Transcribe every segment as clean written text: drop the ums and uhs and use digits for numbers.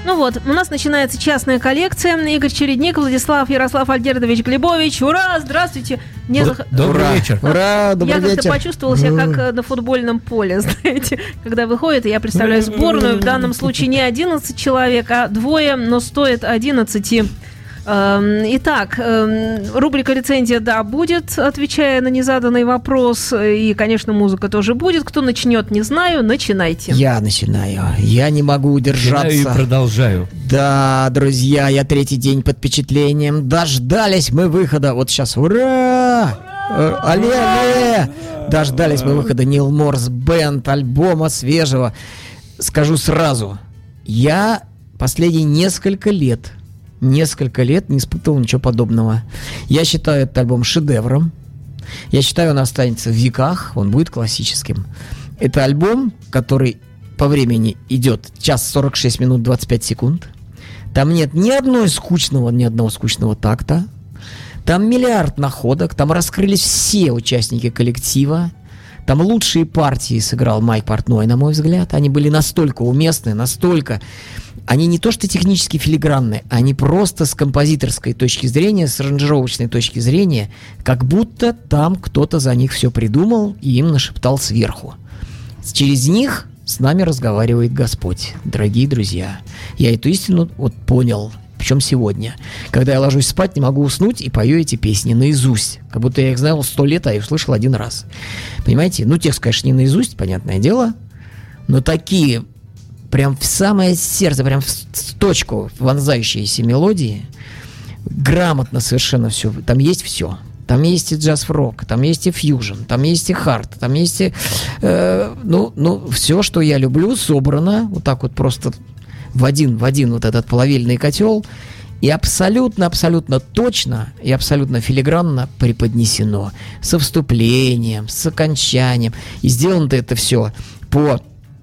Ну вот, у нас начинается частная коллекция. Игорь Чередник, Владислав Ярослав Альгердович Глебович. Ура, здравствуйте. Добрый вечер. Ура, добрый вечер. Я как-то почувствовала себя как на футбольном поле, знаете. Когда выходит, я представляю сборную. В данном случае не 11 человек, а двое, но стоит 11. Итак, рубрика «Рецензия», да, будет, отвечая на незаданный вопрос. И, конечно, музыка тоже будет. Кто начнет, не знаю. Начинайте. Я начинаю. Я не могу удержаться. Начинаю и продолжаю. Да, друзья, я третий день под впечатлением. Дождались мы выхода. Вот сейчас, ура! Але! Дождались мы выхода Neil Morse Band, альбома свежего. Скажу сразу, я последние несколько лет не испытывал ничего подобного. Я считаю этот альбом шедевром. Я считаю, он останется в веках, он будет классическим. Это альбом, который по времени идет 1 час 46 минут 25 секунд. Там нет ни одного скучного такта. Там миллиард находок, там раскрылись все участники коллектива. Там лучшие партии сыграл Майк Портной, на мой взгляд. Они были настолько уместны, настолько... Они не то что технически филигранные, они просто с композиторской точки зрения, с аранжировочной точки зрения, как будто там кто-то за них все придумал и им нашептал сверху. Через них с нами разговаривает Господь, дорогие друзья. Я эту истину вот понял, причем сегодня. Когда я ложусь спать, не могу уснуть и пою эти песни наизусть. Как будто я их знал 100 лет, а их услышал один раз. Понимаете? Ну, текст, конечно, не наизусть, понятное дело, но такие... Прям в самое сердце, прям в точку вонзающиеся мелодии. Грамотно совершенно все. Там есть все. Там есть и джаз-рок, там есть и фьюжн, там есть и хард, там есть и... все, что я люблю, собрано вот так вот просто в один вот этот плавильный котел. И абсолютно точно и абсолютно филигранно преподнесено. Со вступлением, с окончанием. И сделано это все по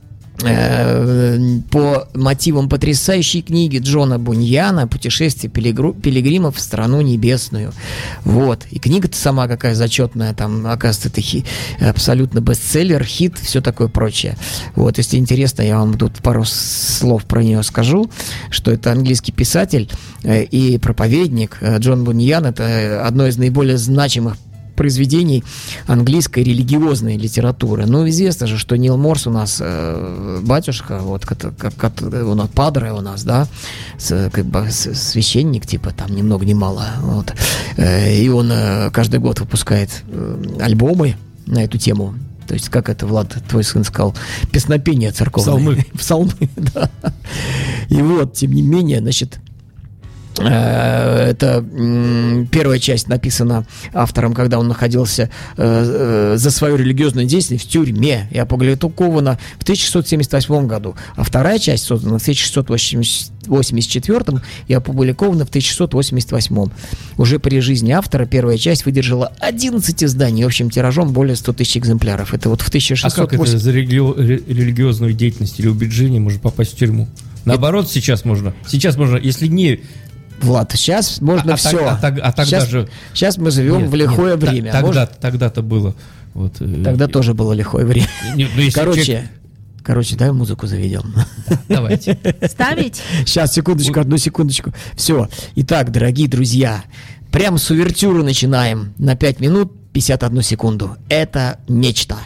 мотивам потрясающей книги Джона Буньяна «Путешествие пилигримов в страну небесную». Вот. И книга-то сама какая зачетная, там, оказывается, это абсолютно бестселлер, хит, все такое прочее. Вот. Если интересно, я вам тут пару слов про нее скажу, что это английский писатель и проповедник. Джон Буньян – это одно из наиболее значимых произведений английской религиозной литературы. Ну, известно же, что Нил Морс у нас батюшка, вот, как у нас падре у нас, да, как бы священник, типа, там, ни много ни мало. Вот. И он каждый год выпускает альбомы на эту тему. То есть, как это, Влад, твой сын сказал, песнопения церковные. Псалмы, да. И вот, тем не менее, значит, это первая часть написана автором, когда он находился за свою религиозную деятельность в тюрьме и опубликована в 1678 году, а вторая часть создана в 1684 и опубликована в 1688. Уже при жизни автора первая часть выдержала 11 изданий общим тиражом более 100 тысяч экземпляров. Это вот в 1608... А как это за религиозную деятельность или убеждение можно попасть в тюрьму? Наоборот, сейчас можно, если не... Влад, сейчас можно все. Тогда сейчас, же... Сейчас мы живем в лихое время. Тогда-то было. Вот, тогда тоже было лихое время. Короче, давай музыку заведем. Давайте. Ставить? Сейчас, одну секундочку. Все. Итак, дорогие друзья, прям с увертюры начинаем. На 5 минут 51 секунду. Это нечто.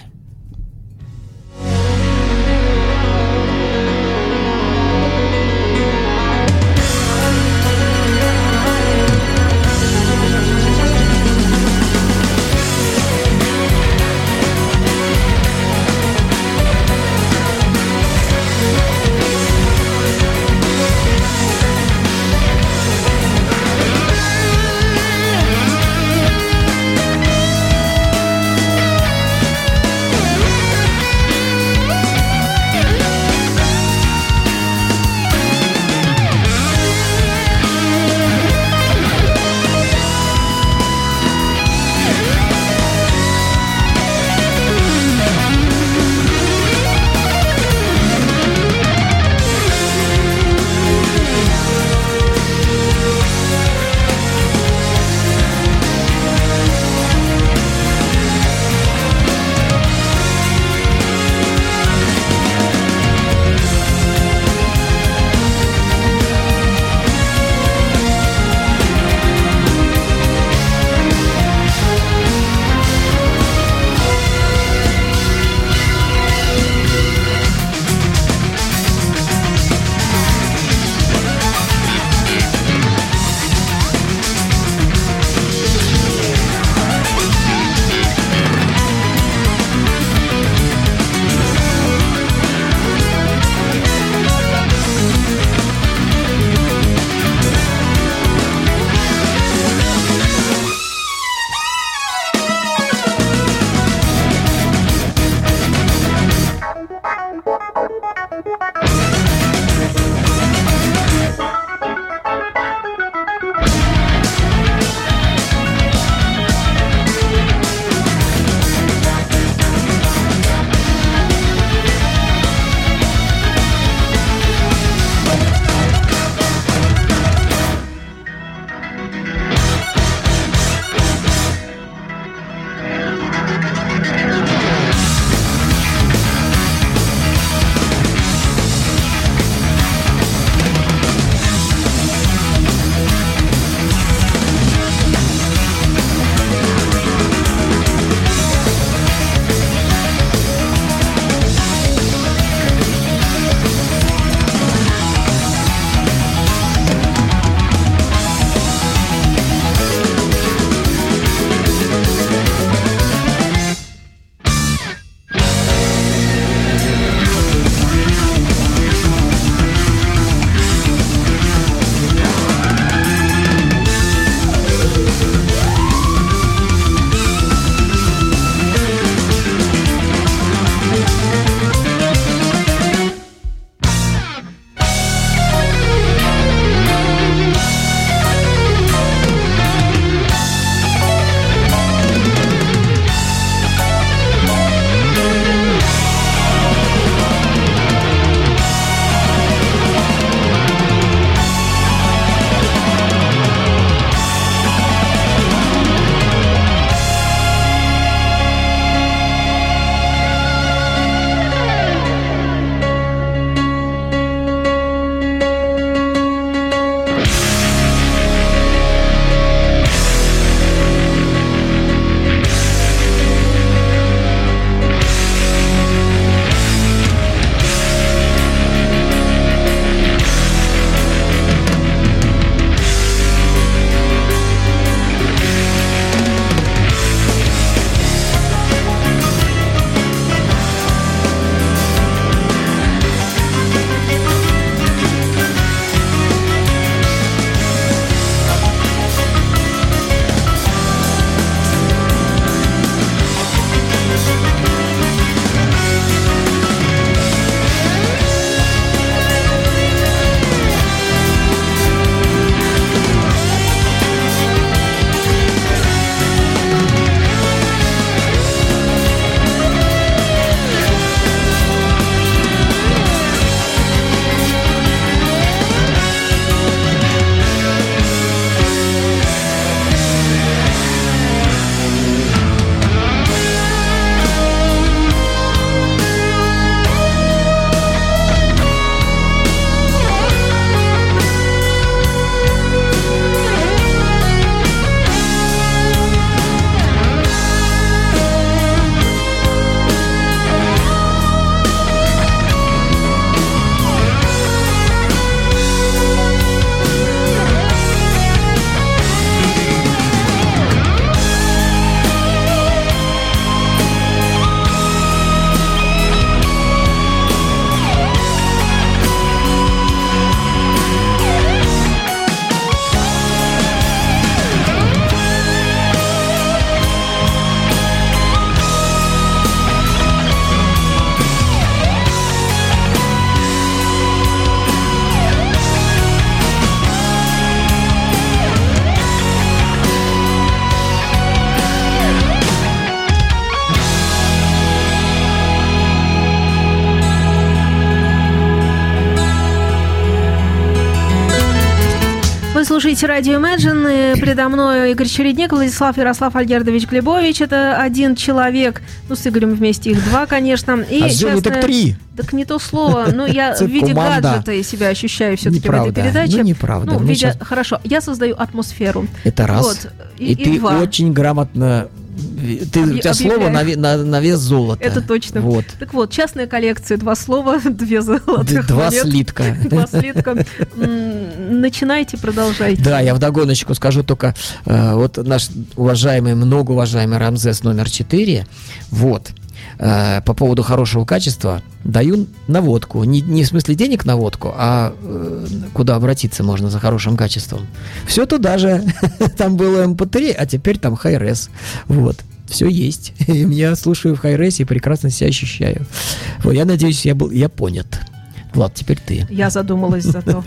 слушаете радио Imagine. Предо мной Игорь Чередник, Владислав Ярослав Альгердович Глебович. Это один человек. Ну, с Игорем вместе их два, конечно. И а с Женей так 3. Так не то слово. Ну, я в виде гаджета и себя ощущаю все-таки в этой передаче. Ну, неправда. Ну, хорошо. Я создаю атмосферу. Это раз. Вот. И ты два. Очень грамотно... у тебя слово на вес золота. Это точно. Вот. Так вот, частная коллекция, 2 слова, 2 золотых 2 монет. слитка. 2 слитка. Начинайте, продолжайте. Да, я вдогоночку скажу только, вот наш уважаемый, многоуважаемый Рамзес номер 4, вот, по поводу хорошего качества даю наводку. Не в смысле денег на водку, а куда обратиться можно за хорошим качеством. Все туда же. Там было MP3, а теперь там Hi-Res. Вот. Все есть. И я слушаю в Hi-Res и прекрасно себя ощущаю. Вот, я надеюсь, я понят. Влад, теперь ты. Я задумалась зато.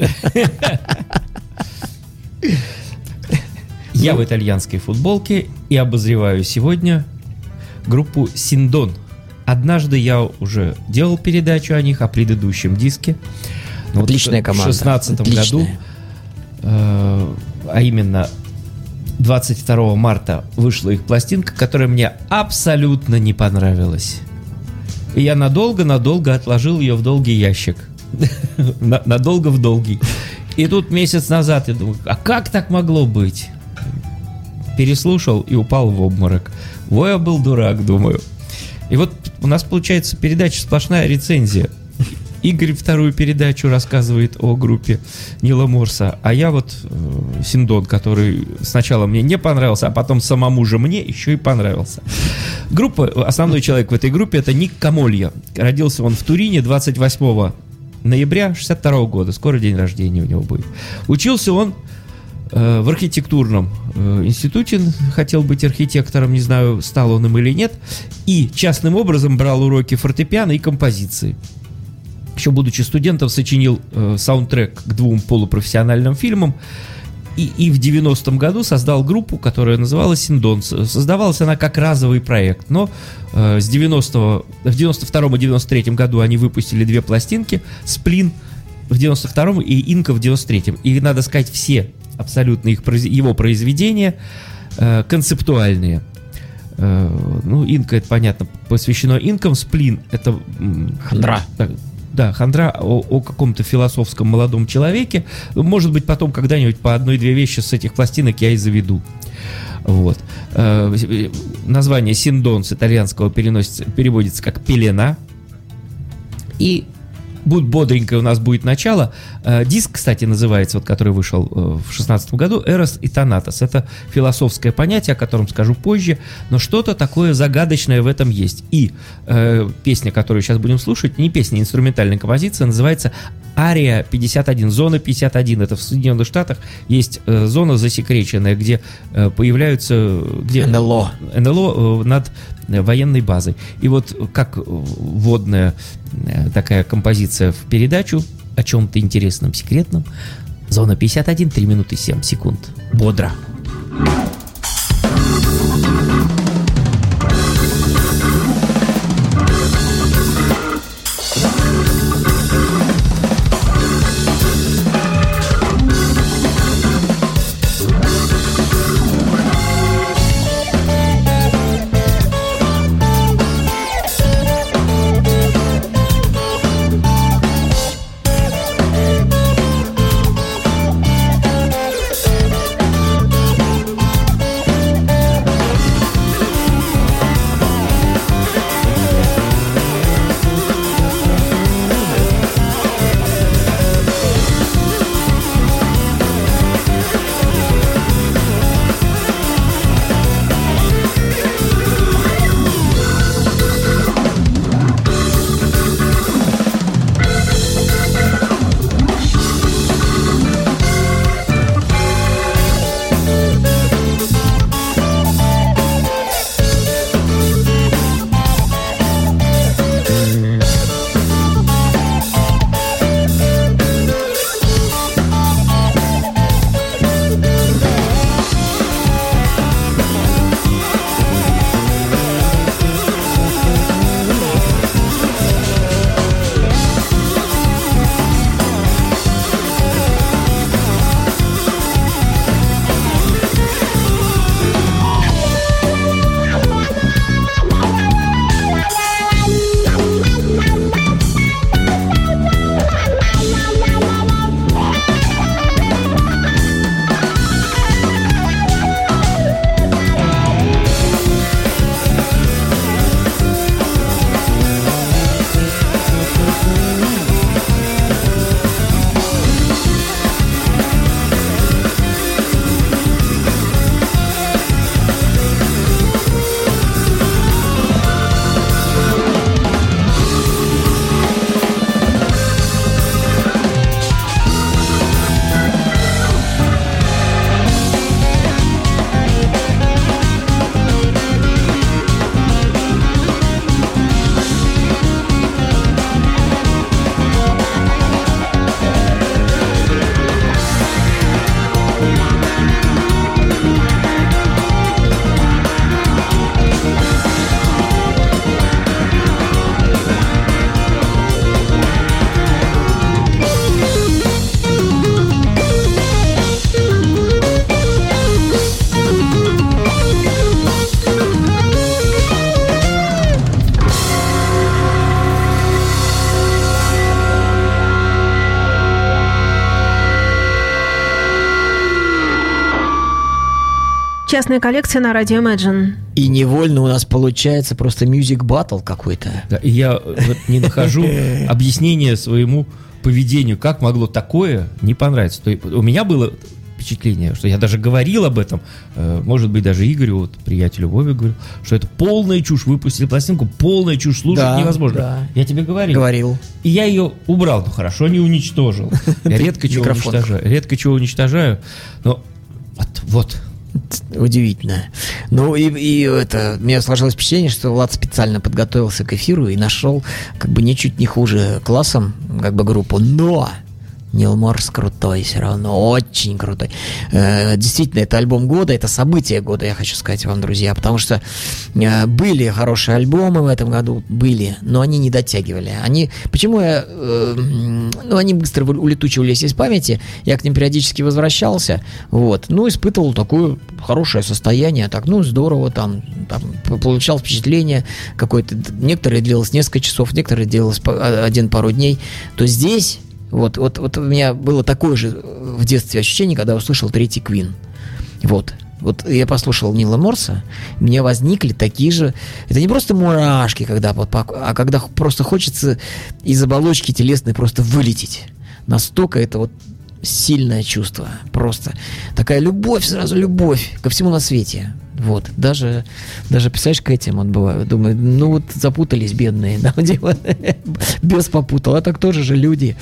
Я в итальянской футболке и обозреваю сегодня группу Синдон. Однажды я уже делал передачу о них, о предыдущем диске. Отличная команда. В 2016 году, а именно 22 марта, вышла их пластинка, которая мне абсолютно не понравилась. И я надолго отложил ее в долгий ящик. Надолго в долгий. И тут месяц назад я думаю, а как так могло быть? Переслушал и упал в обморок. Ой, я был дурак, думаю. И вот у нас получается передача сплошная рецензия. Игорь вторую передачу рассказывает о группе Нила Морса, а я вот Синдон, который сначала мне не понравился, а потом самому же мне еще и понравился. Основной человек в этой группе — это Ник Камолья. Родился он в Турине 28 ноября 62 года. Скоро день рождения у него будет. Учился он в архитектурном институте, хотел быть архитектором, не знаю, стал он им или нет, и частным образом брал уроки фортепиано и композиции. Еще будучи студентом, сочинил саундтрек к 2 полупрофессиональным фильмам, и в 90-м году создал группу, которая называлась Синдон. Создавалась она как разовый проект, но в 92-м и 93-м году они выпустили 2 пластинки, «Сплин» в 92-м и «Инка» в 93-м. И, надо сказать, все абсолютно его произведения концептуальные. Ну, «Инка» — это, понятно, посвящено инкам, «Сплин» — это... Хандра. Да, хандра о каком-то философском молодом человеке. Может быть, потом когда-нибудь по 1-2 вещи с этих пластинок я и заведу. Вот. Название «Синдон» с итальянского переводится как «пелена». И бодренькое у нас будет начало. Диск, кстати, называется, вот, который вышел в 2016 году, «Эрос и Танатос». Это философское понятие, о котором скажу позже, но что-то такое загадочное в этом есть. И песня, которую сейчас будем слушать, не песня, а инструментальная композиция, называется «Ария 51», «Зона 51». Это в Соединенных Штатах есть зона засекреченная, где появляются... Где НЛО над военной базой. И вот как вводная такая композиция в передачу о чем-то интересном, секретном. «Зона 51», 3 минуты 7 секунд. Бодро. Частная коллекция на радио Imagine. И невольно у нас получается просто music battle какой-то. Да, и я вот не нахожу объяснения своему поведению, как могло такое не понравиться. То есть у меня было впечатление, что я даже говорил об этом, может быть, даже Игорю, вот, приятелю Вове говорил, что это полная чушь, выпустили пластинку, полная чушь, слушать Да, невозможно. да. Я тебе говорил. Говорил. И я ее убрал, ну хорошо, не уничтожил. Я редко чего уничтожаю, но вот. Удивительно. Ну и это, у меня сложилось впечатление, что Влад специально подготовился к эфиру и нашел как бы ничуть не хуже классом как бы группу, но Нил Морс крутой все равно, очень крутой. Действительно, это альбом года, это событие года, я хочу сказать вам, друзья, потому что были хорошие альбомы в этом году, были, но они не дотягивали. Почему они быстро улетучивались из памяти, я к ним периодически возвращался, вот, испытывал такое хорошее состояние, так, здорово, там получал впечатление какое-то, некоторые длилось несколько часов, некоторые длилось пару дней, то здесь Вот у меня было такое же в детстве ощущение, когда я услышал третий Queen. Вот я послушал Нила Морса, мне возникли такие же... Это не просто мурашки, а когда просто хочется из оболочки телесной просто вылететь. Настолько это вот сильное чувство. Просто такая любовь, сразу любовь ко всему на свете. Вот, даже представляешь, к этим вот бывают. Думаю, запутались бедные, да, дело. Бес попутал, а так тоже же люди.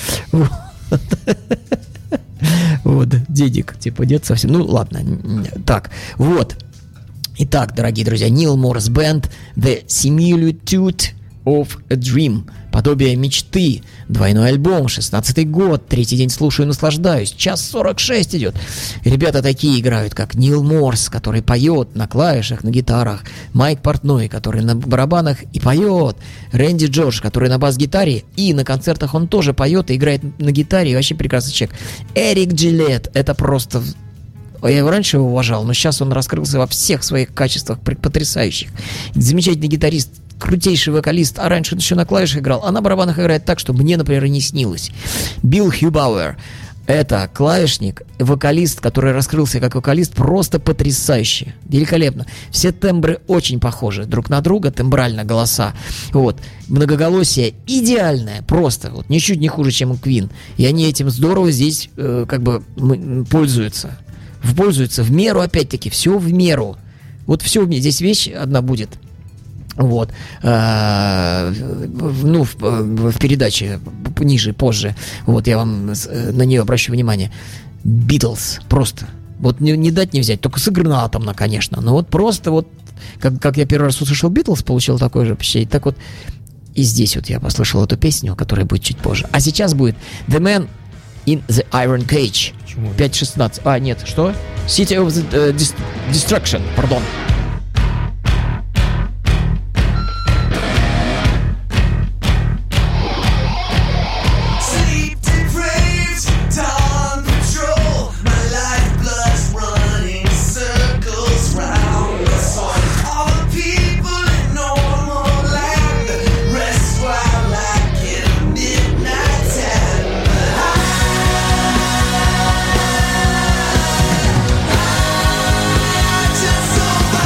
Вот, дедик, дед совсем. Ну, ладно, так, вот. Итак, дорогие друзья, Нил Морс Бэнд, The Similitude of a Dream, подобие мечты, двойной альбом, 16-й год, третий день слушаю, наслаждаюсь, час 46 идет. Ребята такие играют, как Нил Морс, который поет на клавишах, на гитарах, Майк Портной, который на барабанах и поет, Рэнди Джордж, который на бас-гитаре, и на концертах он тоже поет и играет на гитаре, и вообще прекрасный человек. Эрик Джилет, это просто... Я его раньше уважал, но сейчас он раскрылся во всех своих качествах потрясающих. Замечательный гитарист, крутейший вокалист, а раньше он еще на клавишах играл, а на барабанах играет так, что мне, например, и не снилось. Билл Хьюбауэр. Это клавишник, вокалист, который раскрылся как вокалист, просто потрясающе, великолепно. Все тембры очень похожи друг на друга, тембрально голоса. Вот. Многоголосие идеальное, просто, вот, ничуть не хуже, чем у Queen. И они этим здорово здесь пользуются. Пользуются в меру, опять-таки, все в меру. Вот все в меру. Здесь вещь одна будет. Вот. В передаче ниже, позже. Вот я вам на нее обращу внимание. Битлз. Просто. Вот не дать не взять. Только сыграно атомно, конечно. Но вот просто вот, как я первый раз услышал Битлз, получил такое же впечатление. Так вот, и здесь вот я послушал эту песню, которая будет чуть позже. А сейчас будет The Man in the Iron Cage. 5.16. А, нет, что? City of the Destruction, пардон. So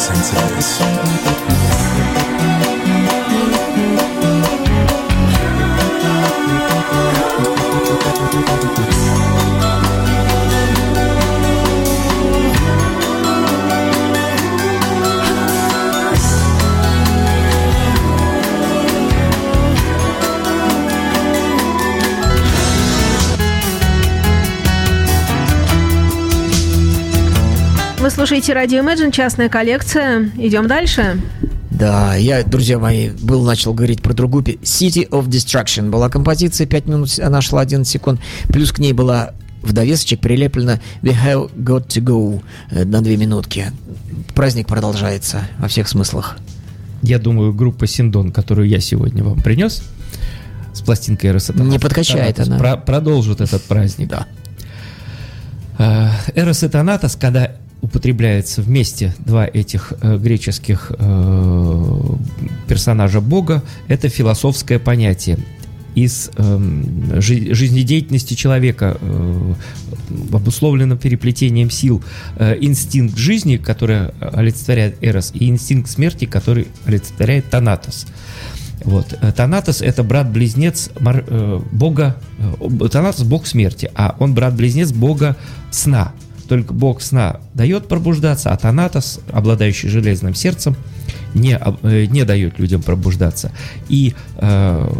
senses. Вы слушаете радио Imagine, частная коллекция. Идем дальше. Да, я, друзья мои, начал говорить про другую City of Destruction. Была композиция 5 минут, она шла 11 секунд. Плюс к ней была в довесочек прилеплена We Have Got To Go на 2 минутки. Праздник продолжается во всех смыслах. Я думаю, группа Синдон, которую я сегодня вам принес, с пластинкой Эрос и Танатос, не подкачает она. Продолжит этот праздник. Да. Эрос и Танатос, когда употребляются вместе два этих греческих персонажа Бога, это философское понятие. Из жизнедеятельности человека, обусловлено переплетением сил, инстинкт жизни, который олицетворяет Эрос, и инстинкт смерти, который олицетворяет Танатос. Вот. Танатос — это брат-близнец Бога. Танатос — бог смерти, а он брат-близнец Бога сна. Только бог сна дает пробуждаться, а Танатос, обладающий железным сердцем, не дает людям пробуждаться. И это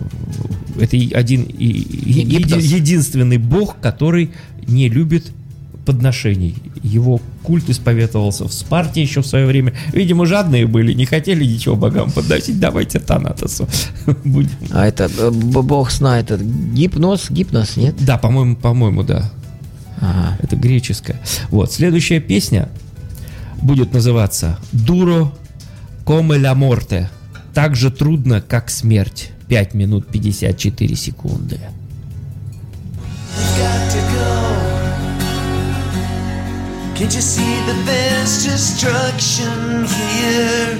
единственный бог, который не любит подношений. Его культ исповедовался в Спарте еще в свое время. Видимо, жадные были, не хотели ничего богам подносить. Давайте Танатосу будем. А это бог сна, это гипноз, нет? Да, по-моему, да. Ага. Это греческое. Вот, следующая песня будет называться «Duro come la morte». Так же трудно, как смерть. 5 минут 54 секунды. Can't you see that there's destruction here?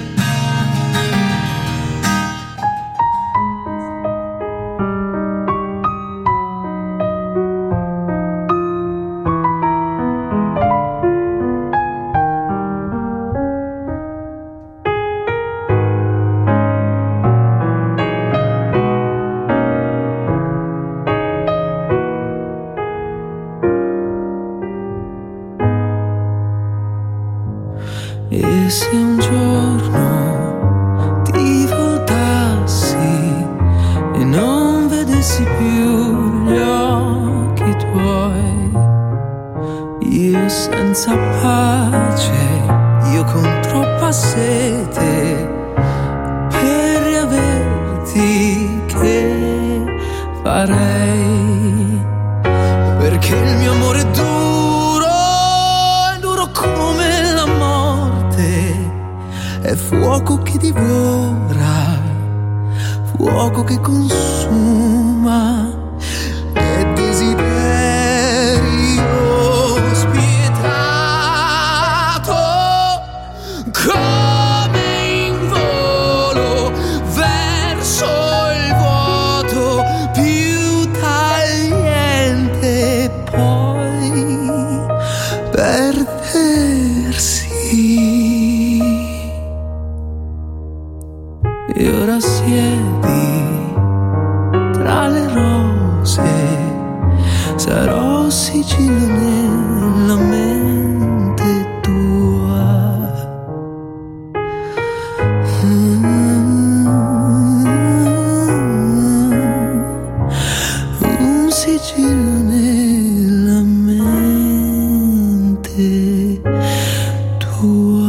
E se un giorno ti voltassi e non vedessi più gli occhi tuoi, io senza pace, io con troppa sete per riaverti, che farei? Perché il mio amore è duro come la morte, è fuoco che divora, fuoco che consuma, è desiderio spietato, come in volo verso il vuoto, più tagliente poi perdersi. E ora siedi tra le rose, sarò sigillo nella mente tua. Un sigillo nella mente tua.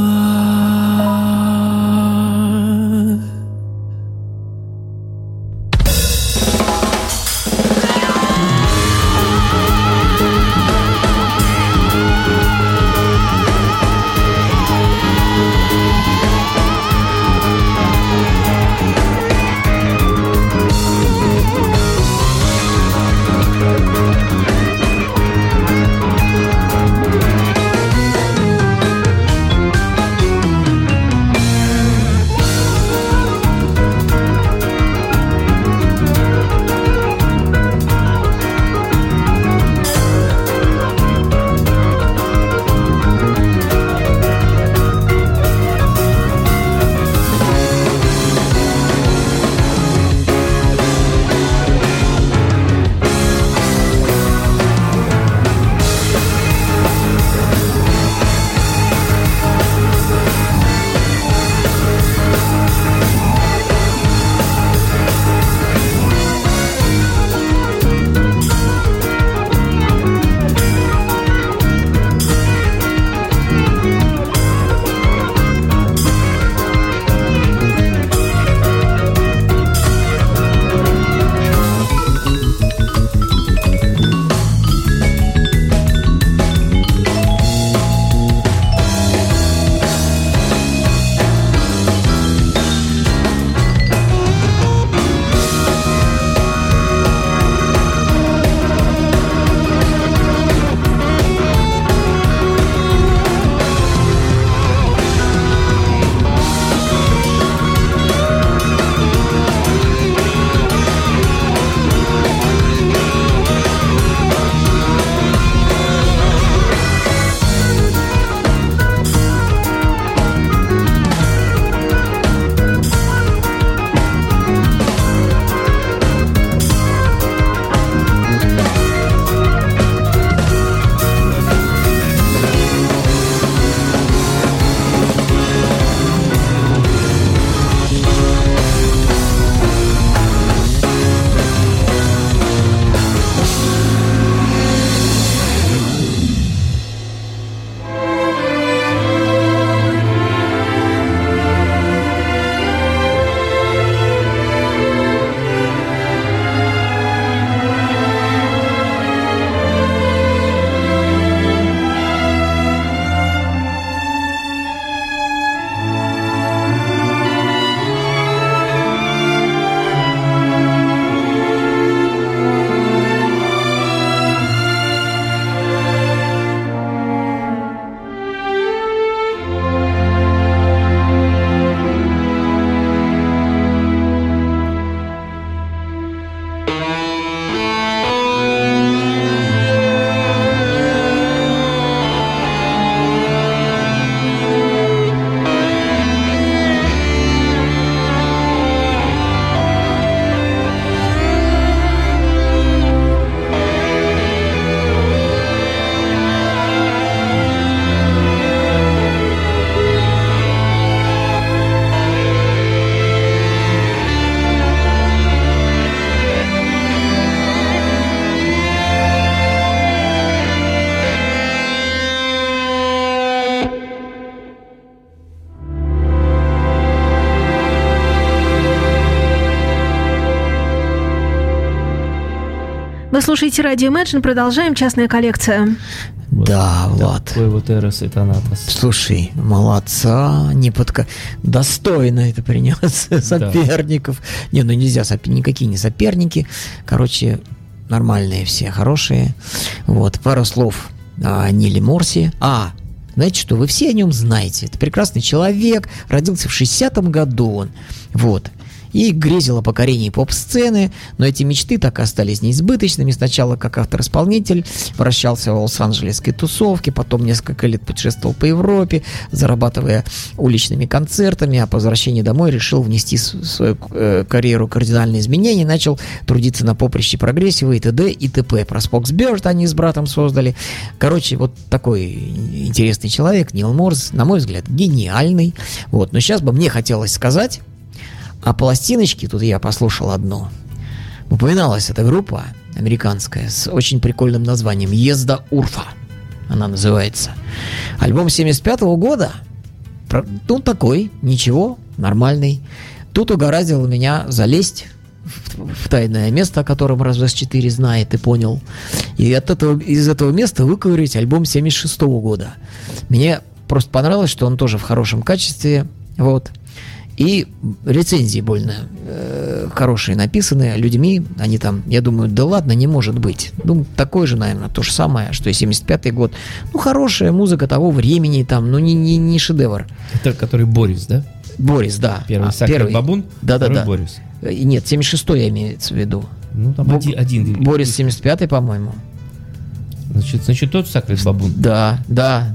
Вы слушаете радио Imagine, продолжаем «Частная коллекция». Да, Влад. Такой вот Эрос и Танатос. Слушай, молодца, достойно это принес соперников. Не, ну нельзя, никакие не соперники. Короче, нормальные все, хорошие. Вот, пару слов о Ниле Морсе. Знаете что, вы все о нем знаете. Это прекрасный человек, родился в 60-м году он. Вот. И грезил о покорении поп-сцены, но эти мечты так и остались неизбыточными. Сначала как автор-исполнитель вращался в лос-анджелесской тусовке, потом несколько лет путешествовал по Европе, зарабатывая уличными концертами, а по возвращении домой решил внести в свою карьеру кардинальные изменения, начал трудиться на поприще прогрессива и т.д. и т.п. Про Споксберт они с братом создали. Короче, вот такой интересный человек, Нил Морс, на мой взгляд, гениальный. Вот. Но сейчас бы мне хотелось сказать о пластиночке, тут я послушал одну. Упоминалась эта группа американская с очень прикольным названием «Езда Урфа». Она называется. Альбом 75-го года. Ну, такой, ничего, нормальный. Тут угораздило меня залезть в тайное место, о котором РС-4 знает и понял. И из этого места выковырять альбом 76-го года. Мне просто понравилось, что он тоже в хорошем качестве. Вот. И рецензии больно хорошие написаны людьми. Они там, я думаю, да ладно, не может быть. Ну, такое же, наверное, то же самое, что и 75-й год. Ну, хорошая музыка того времени, там, ну, не шедевр. Это который Борис, да? Борис, да. Первый Бабун, да. Борис. Нет, 76-й я имею в виду. Ну, там один. Борис 75-й, по-моему. Значит, тот Сакрет Бабун. Да,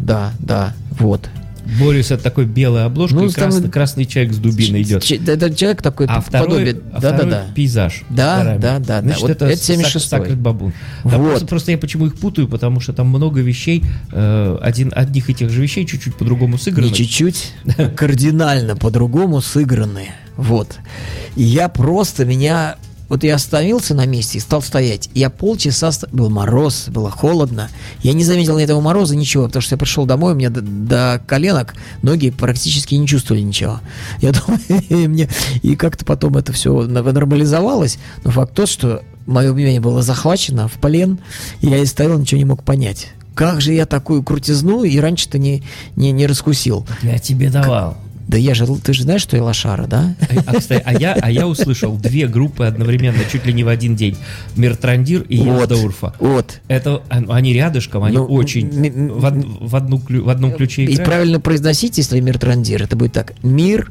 вот. Борис — это такой белая обложка, и красный человек с дубиной идет. Это человек такой подобие. Второй пейзаж. Да. Значит, вот это 76-й. Сакрет Бабун. Вот. Просто я почему их путаю, потому что там много вещей, одних и тех же вещей чуть-чуть по-другому сыграны. Не чуть-чуть, кардинально по-другому сыграны. Вот. И я остановился на месте и стал стоять. Я полчаса... Был мороз, было холодно. Я не заметил ни этого мороза, ничего, потому что я пришел домой, у меня до коленок ноги практически не чувствовали ничего. Я думаю, и как-то потом это все нормализовалось. Но факт тот, что мое внимание было захвачено в плен, и я и стоял, ничего не мог понять. Как же я такую крутизну и раньше-то не раскусил? Я тебе давал. Да ты же знаешь, что я лошара, да? Кстати, я услышал две группы одновременно, чуть ли не в один день. Миртрандир и Езда Урфа. Вот. Это они рядышком, они очень в одном ключе играют. И правильно произносить, если Миртрандир, это будет так. Мир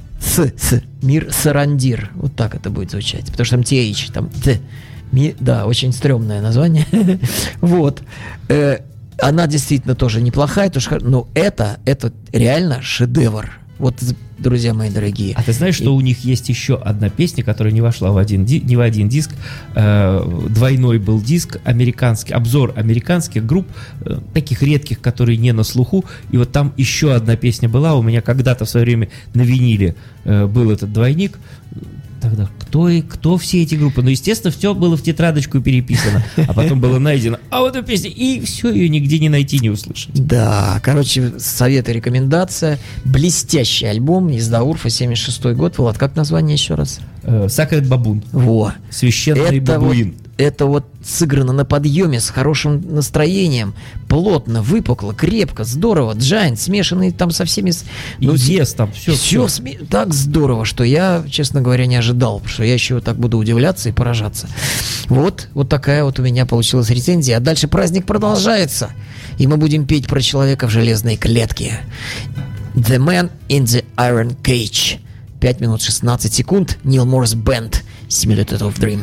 Сарандир. Вот так это будет звучать. Потому что там TH, там Т. Да, очень стрёмное название. Вот. Она действительно тоже неплохая, но это реально шедевр. Вот, друзья мои дорогие. А ты знаешь, что у них есть еще одна песня, которая не вошла ни в один диск. Двойной был диск, обзор американских групп, таких редких, которые не на слуху. И вот там еще одна песня была. У меня когда-то в свое время на виниле был этот двойник. Тогда кто все эти группы? Ну, естественно, все было в тетрадочку переписано, а потом было найдено. А вот эта песня, и все, ее нигде не найти, не услышать. Да, короче, совет и рекомендация. Блестящий альбом «Езда Урфа», 76-й год. Влад, как название еще раз? Сакрет Бабун. Во. Священный бабуин. Это вот сыграно на подъеме, с хорошим настроением, плотно, выпукло, крепко, здорово. Джайнт, смешанный там со всеми... там все. Так здорово, что я, честно говоря, не ожидал, потому что я еще так буду удивляться и поражаться. Вот такая вот у меня получилась рецензия. А дальше праздник продолжается, и мы будем петь про человека в железной клетке. The Man in the Iron Cage. 5 минут 16 секунд. Neil Morse Band. Simulated of Dream.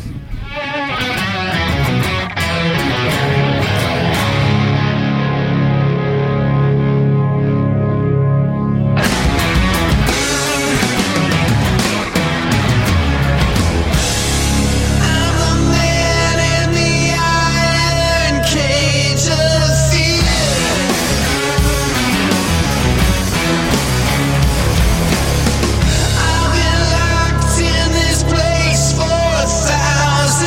I've been locked in this place for 1,000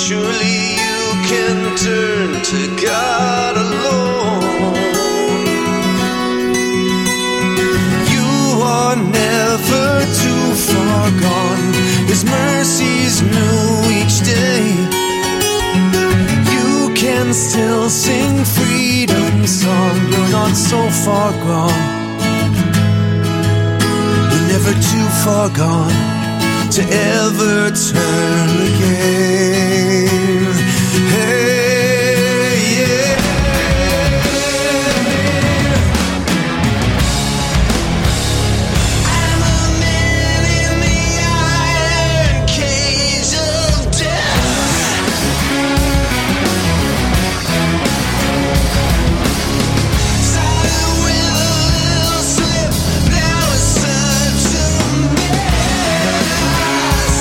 surely you can turn to God alone. You are never too far gone. His mercies new each day. You can still sing freedom song. You're not so far gone. You're never too far gone to ever turn again. Hey, yeah. I'm a man in the iron cage of death. Started with a little slip, now it's such a mess.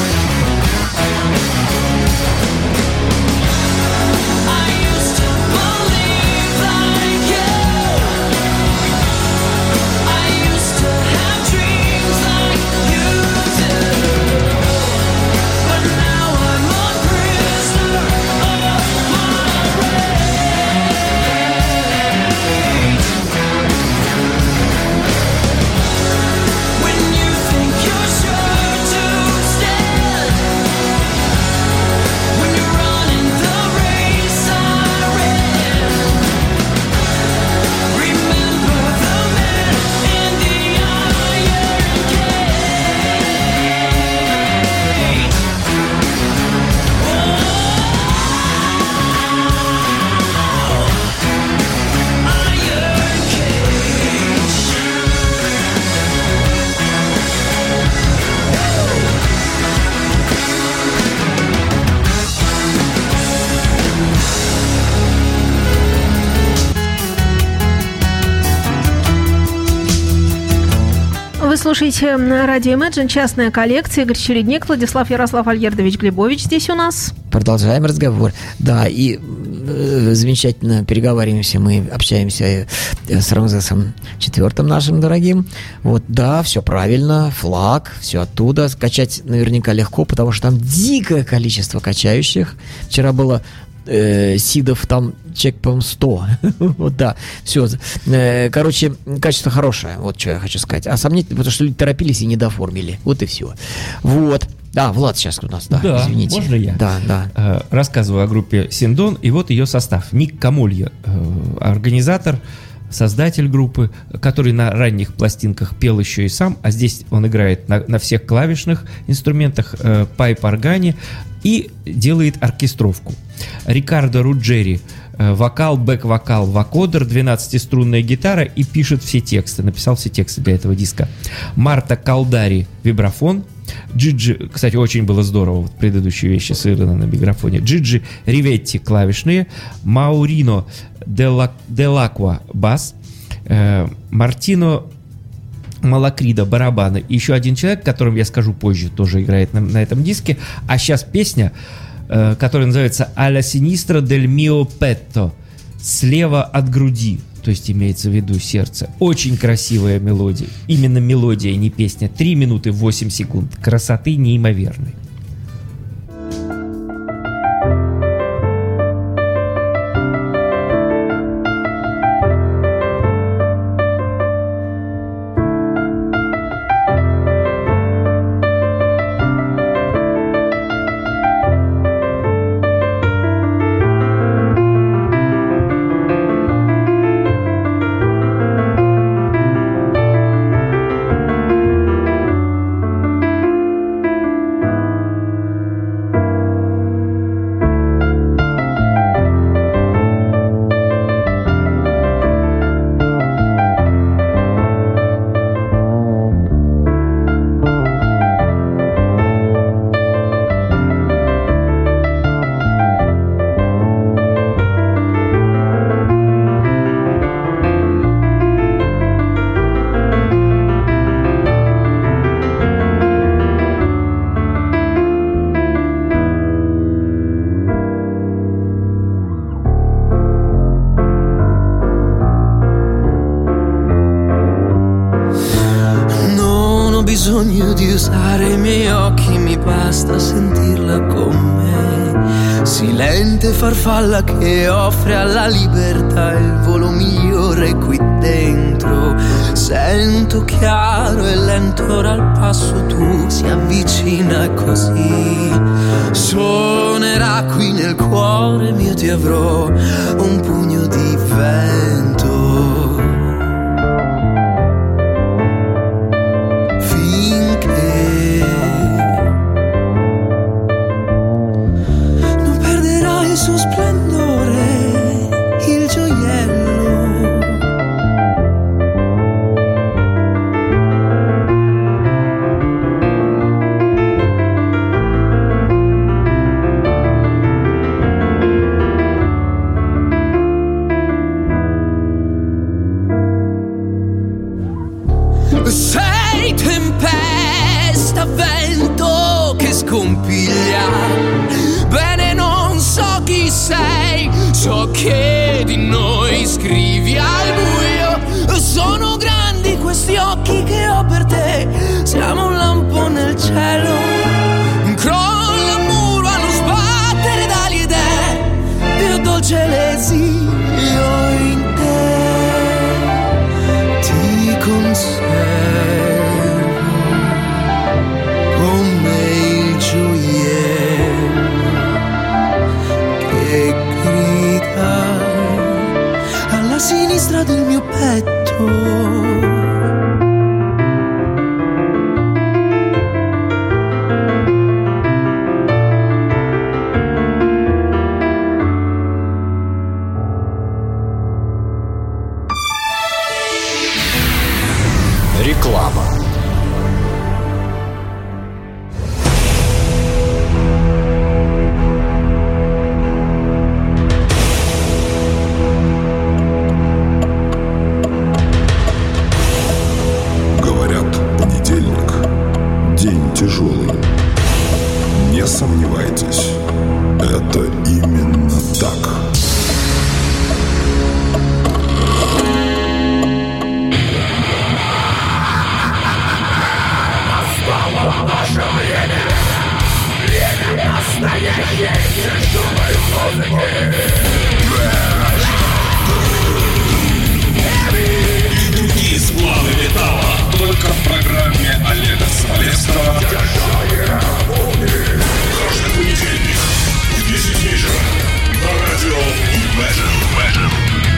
I used to believe like you. I used to have dreams like you do. But now I'm a prisoner of my rage. When you think you're sure to stand, when you're running the race I ran, remember the man in the iron cage. Iron cage. Вы слушаете радио Imagine, частная коллекция. Игорь Чередник, Владислав Ярослав Альгердович Глебович здесь у нас. Продолжаем разговор. Да, и замечательно переговариваемся, мы общаемся с Рамзесом IV нашим дорогим. Вот, да, все правильно, флаг, все оттуда. Скачать наверняка легко, потому что там дикое количество качающих. Вчера было сидов там человек, по-моему, 100. Вот, да, все. Короче, качество хорошее, вот что я хочу сказать. А сомнительно, потому что люди торопились и не доформили. Вот и все. Вот. Да, Влад сейчас у нас, да, извините. Можно я? Да. Рассказываю о группе Синдон, и вот ее состав. Ник Камолья, организатор, создатель группы, который на ранних пластинках пел еще и сам, а здесь он играет на всех клавишных инструментах, пайп-органе и делает оркестровку. Рикардо Руджери, вокал, бэк-вокал, вокодер, 12-струнная гитара и пишет все тексты, написал все тексты для этого диска. Марта Калдари, вибрафон. Джиджи, кстати, очень было здорово, вот предыдущие вещи сыграны на микрофоне. Джиджи Риветти, клавишные. Маурино Делаква, бас. Мартино Малакрида, барабаны. И еще один человек, которым я скажу позже, тоже играет на этом диске. А сейчас песня, которая называется «Alla sinistra del mio petto», «Слева от груди», то есть имеется в виду сердце. Очень красивая мелодия. Именно мелодия, не песня. 3 минуты 8 секунд. Красоты неимоверной. bisogno di usare i miei occhi, mi basta sentirla con me. silente farfalla che offre alla libertà il volo migliore qui dentro. Sento chiaro e lento ora il passo tu si avvicina così. Suonerà qui nel cuore mio, ti avrò un pugno di vento. Suo splendore, il gioiello. Sei tempesta, vento che scompiglia. Bene, non so chi sei, so che di noi scrivi al buio. Sono grandi questi occhi che ho per te, siamo un lampo nel cielo. Crolla il muro allo sbattere dagli idee, più dolce l'esilio in te. Ti conservo come il gioiello che grida alla sinistra del mio petto. Реклама. Тяжелый. Не сомневайтесь, это именно так. Настало наше время. Время настоящее тяжелой музыки. И другие сплавы металла только в программе Олега Смолевского. Каждый понедельник в 10 вечера на радио Imagine.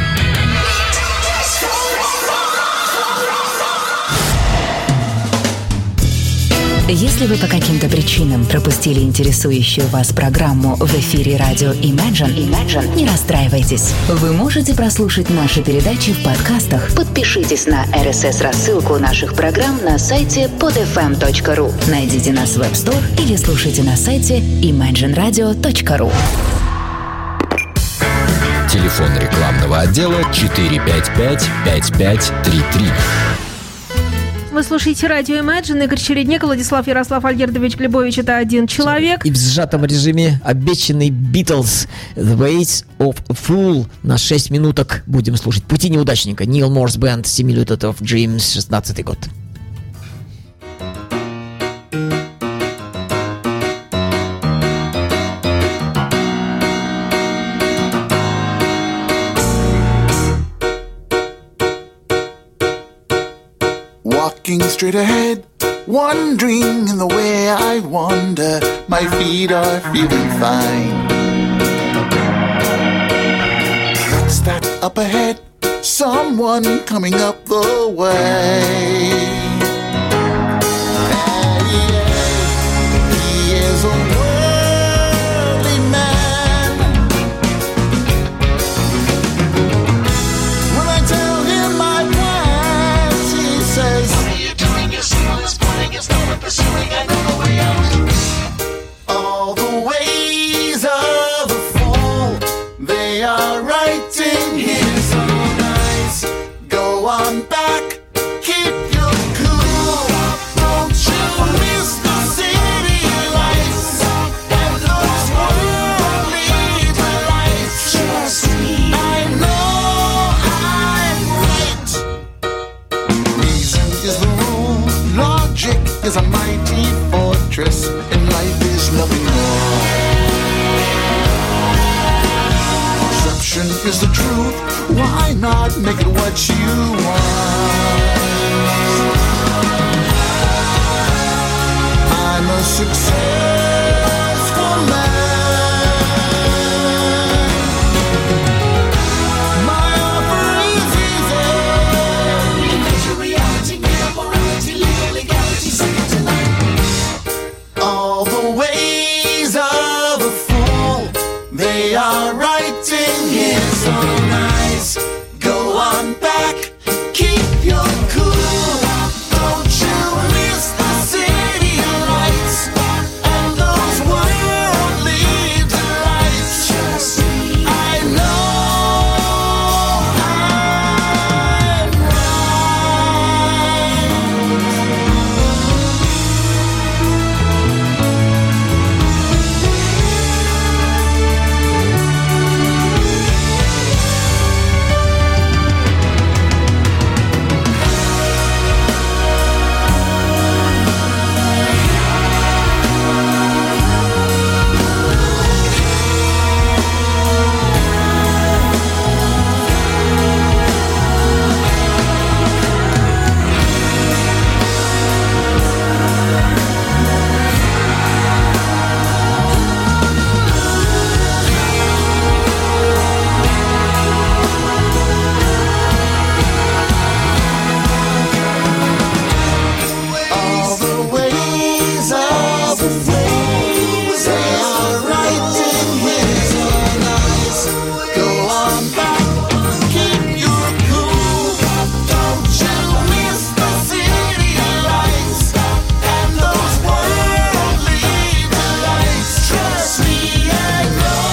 Если вы по каким-то причинам пропустили интересующую вас программу в эфире радио Imagine, не расстраивайтесь. Вы можете прослушать наши передачи в подкастах. Подпишитесь на RSS-рассылку наших программ на сайте podfm.ru. Найдите нас в App Store или слушайте на сайте imagineradio.ru. Телефон рекламного отдела 455-5533. Вы слушаете радио Imagine. Игорь Чередник, Владислав Ярослав Альгердович Глебович. Это один человек. И в сжатом режиме обещанный Beatles The Ways of a Fool на 6 минуток будем слушать. «Пути неудачника». Neil Morse Band, Simulated of Dreams, 16-й год. Walking straight ahead, wandering in the way I wander, my feet are feeling fine. What's that up ahead? Someone coming up the way. He is a worldly man. When I tell him my plans, he says, "What are you doing? Your signal is pointing, it's no one pursuing, I know the way out." All the ways of a fool, they are right in his own eyes. Go on back, keep your cool. Don't you miss the city lights? is the truth. Why not make it what you want? I'm a successful man. My offer is easy. Measure reality, get up morality, legal legality, sing it tonight. All the ways of a fool, they are right in his own eyes. Go on back, keep your cool. Don't you miss the city lights and those worldly delights. I know I'm all the ways of a fool, they are right in his own eyes. Go on back, keep your cool. Don't you miss the city lights and those worldly delights. Trust me, I know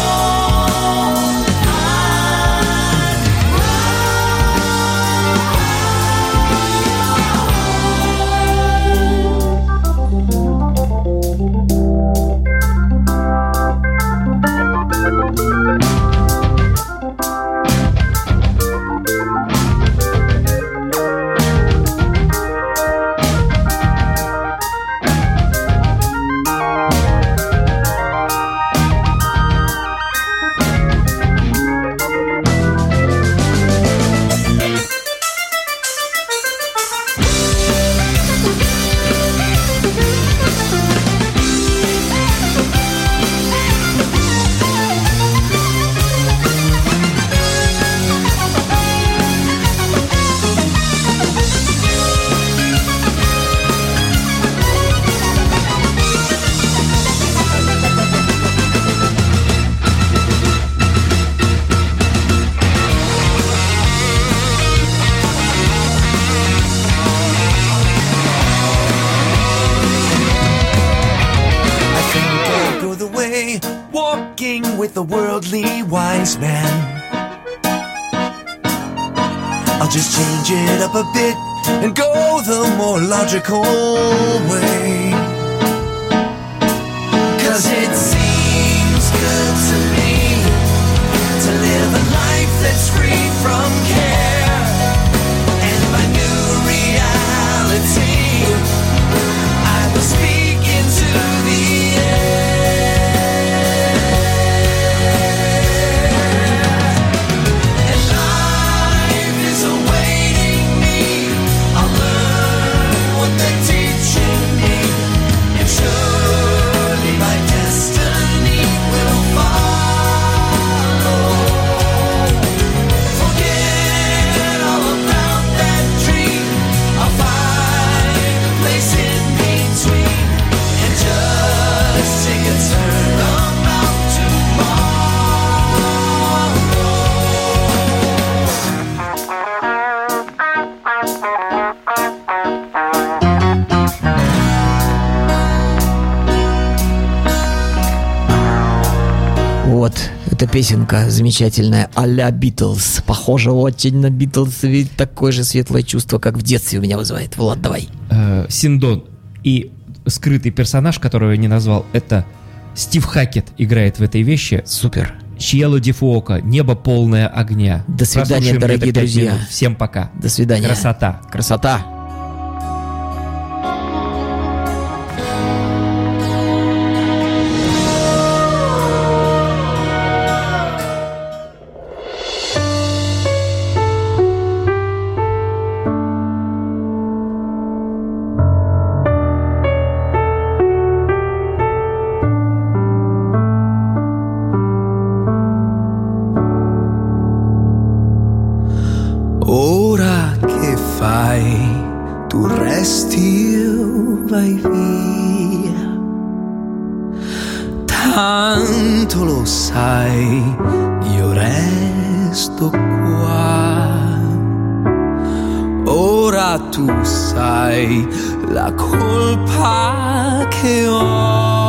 I think I'll go the way, walking with a worldly wise man. I'll just change it up a bit and go the more logical way. 'Cause it seems good to me to live a life that's free from care. And my new reality, I will speak into the and life is awaiting me. I'll learn what they're teaching me, and surely my destiny will follow. Forget all about that dream. I'll find a place in between and just take a turn about tomorrow. Вот, эта песенка замечательная, а-ля Битлз. Похоже очень на Битлз, ведь такое же светлое чувство, как в детстве у меня вызывает. Влад, давай. Синдон и скрытый персонаж, которого я не назвал, это Стив Хакет играет в этой вещи. Супер. Чьело ди Фуоко, небо полное огня. До свидания, Прослушаем дорогие это 5 друзья. минут. Всем пока. До свидания. Красота. Красота. vai, tu resti, io vai via. Tanto lo sai, io resto qua. Ora tu sai la colpa che ho.